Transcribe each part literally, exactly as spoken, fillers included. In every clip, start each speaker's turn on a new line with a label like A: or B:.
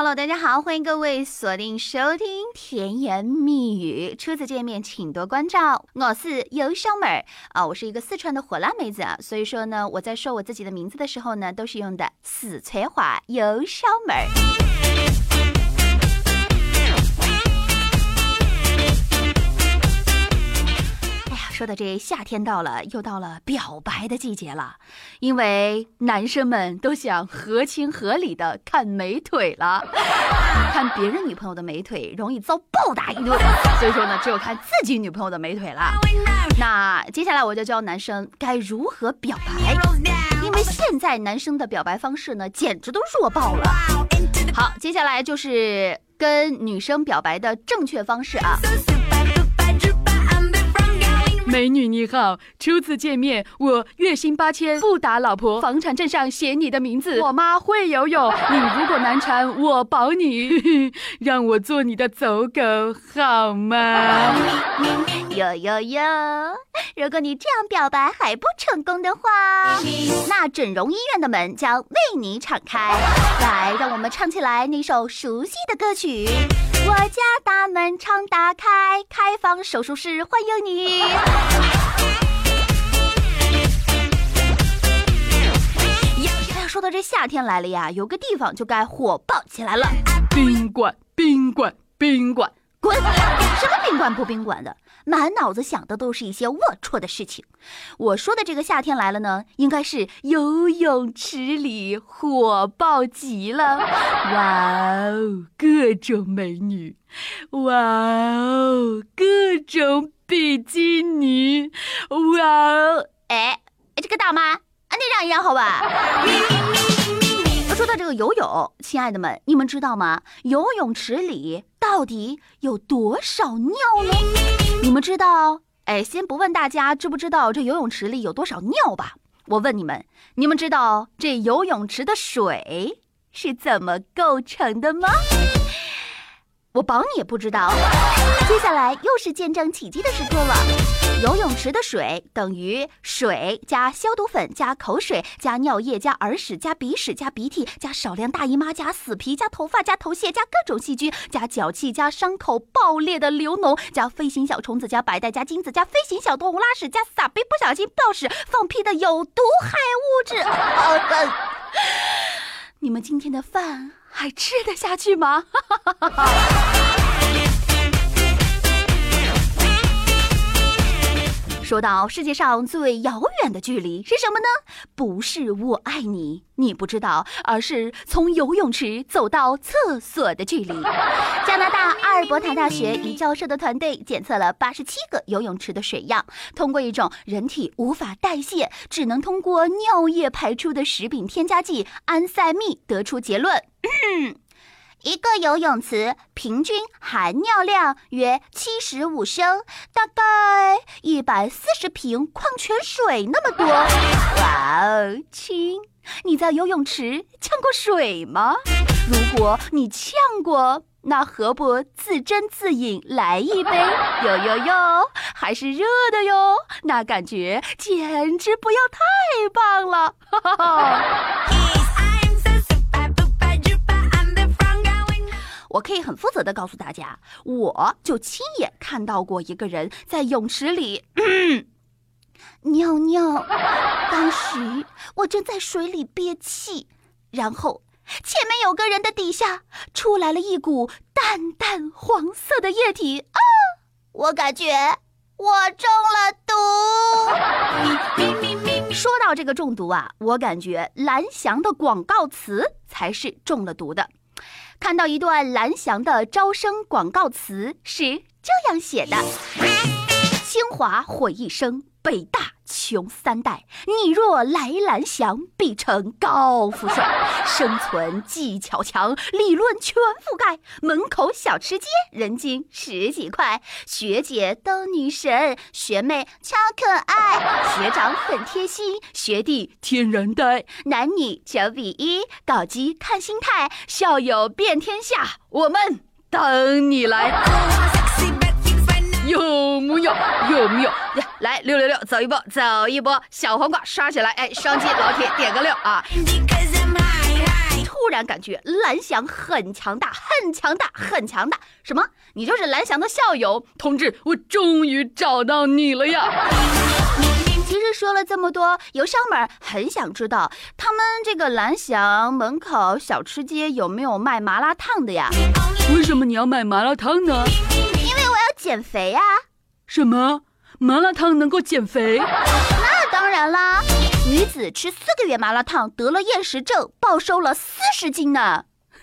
A: Hello， 大家好，欢迎各位锁定收听甜言蜜语，初次见面请多关照。我是尤小妹啊，我是一个四川的火辣妹子啊，所以说呢，我在说我自己的名字的时候呢，都是用的四川话尤小妹。说的这夏天到了，又到了表白的季节了，因为男生们都想合情合理的看美腿了，看别人女朋友的美腿容易遭暴打一顿，所以说呢，只有看自己女朋友的美腿了。那接下来我就教男生该如何表白，因为现在男生的表白方式呢，简直都弱爆了。好，接下来就是跟女生表白的正确方式啊。美女你好，初次见面，我月薪八千，不打老婆，房产证上写你的名字，我妈会游泳，你如果难产，我保你，让我做你的走狗好吗？有有有，如果你这样表白还不成功的话，那整容医院的门将为你敞开。来，让我们唱起来那首熟悉的歌曲。我家大门常打开，开放手术室欢迎你。哎呀，说到这夏天来了呀，有个地方就该火爆起来了。宾馆，宾馆，宾馆，滚！什么宾馆不宾馆的，满脑子想的都是一些龌龊的事情。我说的这个夏天来了呢，应该是游泳池里火爆极了。哇哦，各种美女，哇哦，各种比基尼，哇哦，哎，这个大妈，啊，你让一让好吧。说到这个游泳，亲爱的们，你们知道吗？游泳池里到底有多少尿呢？你们知道？哎，先不问大家知不知道这游泳池里有多少尿吧，我问你们，你们知道这游泳池的水是怎么构成的吗？我保你也不知道。接下来又是见证奇迹的时刻了。游泳池的水等于水加消毒粉加口水加尿液加耳屎加鼻屎加鼻涕加少量大姨妈加死皮加头发加头屑加各种细菌加脚气加伤口爆裂的流脓加飞行小虫子加白带加精子加飞行小动物拉屎加撒贝不小心爆屎放屁的有毒害物质。呃、你们今天的饭还吃得下去吗？说到世界上最遥远的距离是什么呢？不是我爱你，你不知道，而是从游泳池走到厕所的距离。加拿大阿尔伯塔大学一教授的团队检测了八十七个游泳池的水样，通过一种人体无法代谢，只能通过尿液排出的食品添加剂安赛蜜得出结论。一个游泳池平均含尿量约七十五升，大概一百四十瓶矿泉水那么多。哇哦，亲，你在游泳池呛过水吗？如果你呛过，那何不自斟自饮来一杯？哟哟哟，还是热的哟，那感觉简直不要太棒了。哈哈哈。我可以很负责的告诉大家，我就亲眼看到过一个人在泳池里、嗯、尿尿。当时我正在水里憋气，然后前面有个人的底下出来了一股淡淡黄色的液体啊！我感觉我中了毒。说到这个中毒啊，我感觉蓝翔的广告词才是中了毒的。看到一段蓝翔的招生广告词是这样写的：清华毁一生，北大穷三代，你若来蓝翔，必成高富帅。生存技巧强，理论全覆盖，门口小吃街人均十几块。学姐都女神，学妹超可爱，学长很贴心，学弟天然呆，男女九比一，搞基看心态，校友遍天下，我们等你来。有木有？有没有？来六六六，走一波，走一波，小黄瓜刷起来！哎，双击老铁点个六啊！突然感觉蓝翔很强大，很强大，很强大。什么？你就是蓝翔的校友？同志，我终于找到你了呀！其实说了这么多，邮箱们很想知道他们这个蓝翔门口小吃街有没有卖麻辣烫的呀？为什么你要买麻辣烫呢？因为我要减肥啊！什么？麻辣烫能够减肥？那当然啦！女子吃四个月麻辣烫得了厌食症，暴瘦了四十斤呢！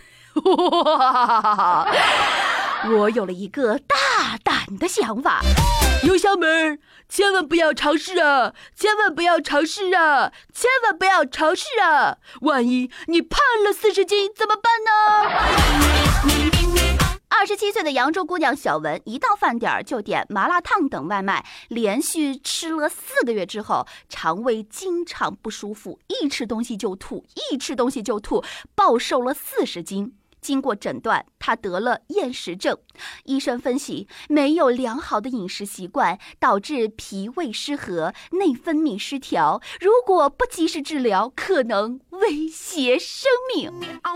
A: 哇！我有了一个大胆的想法，邮箱们千万不要尝试啊！千万不要尝试啊！千万不要尝试啊！万一你胖了四十斤怎么办呢？二十七岁的扬州姑娘小文，一到饭点就点麻辣烫等外卖，连续吃了四个月之后，肠胃经常不舒服，一吃东西就吐，一吃东西就吐，暴瘦了四十斤。经过诊断，她得了厌食症。医生分析，没有良好的饮食习惯，导致脾胃失和、内分泌失调。如果不及时治疗，可能威胁生命。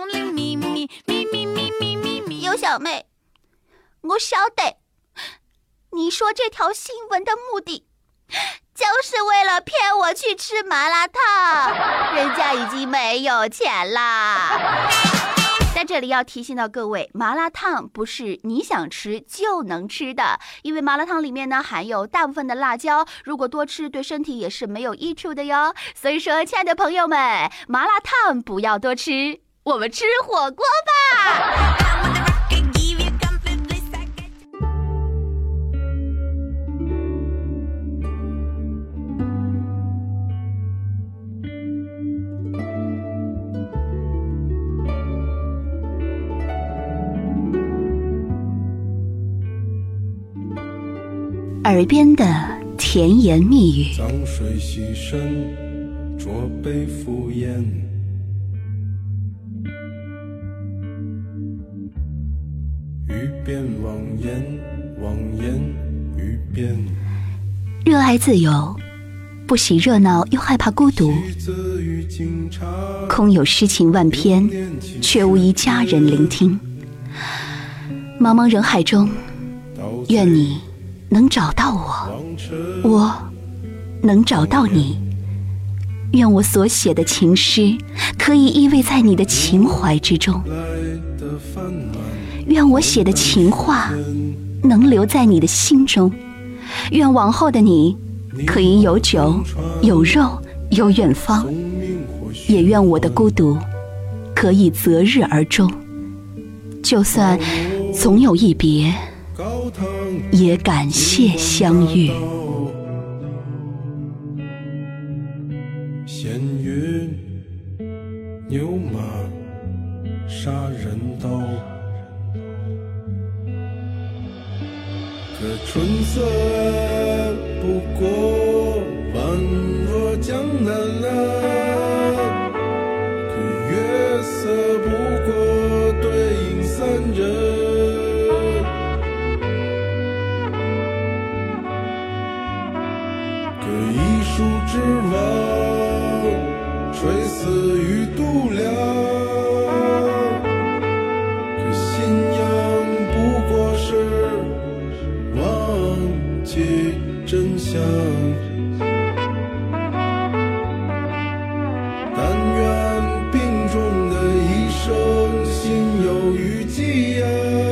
A: 有小妹，我晓得，你说这条新闻的目的，就是为了骗我去吃麻辣烫。人家已经没有钱啦。在这里要提醒到各位，麻辣烫不是你想吃就能吃的，因为麻辣烫里面呢含有大部分的辣椒，如果多吃对身体也是没有益处的哟。所以说，亲爱的朋友们，麻辣烫不要多吃，我们吃火锅吧。耳边的甜言蜜语，
B: 脏水洗身，浊杯敷衍，语变妄言，妄言语变。
A: 热爱自由，不喜热闹又害怕孤独，空有诗情万篇，却无一佳人聆听。茫茫人海中，愿你能找到我，我能找到你。愿我所写的情诗可以依偎在你的情怀之中，愿我写的情话能留在你的心中，愿往后的你可以有酒有肉有远方，也愿我的孤独可以择日而终，就算总有一别，也感谢相遇。
B: 闲云牛马杀人刀，可春色不过宛若江南啊，可月色不过对影三人。一树之望，垂死于度量，可信仰不过是忘记真相。但愿病中的一生心有余悸啊，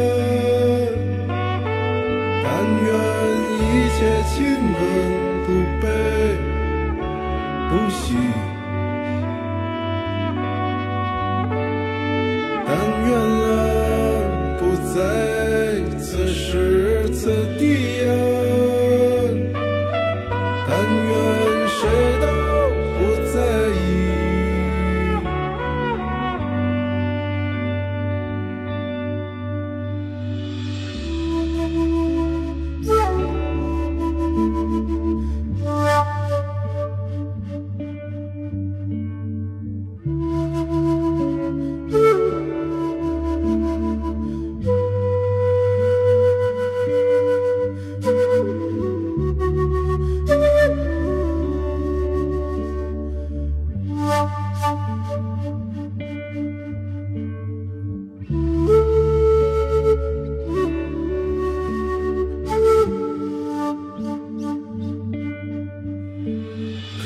B: 但愿一切亲吻不悲不喜，但愿啊不在此时此地啊，但愿谁都不在意。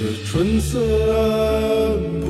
B: 的春色啊，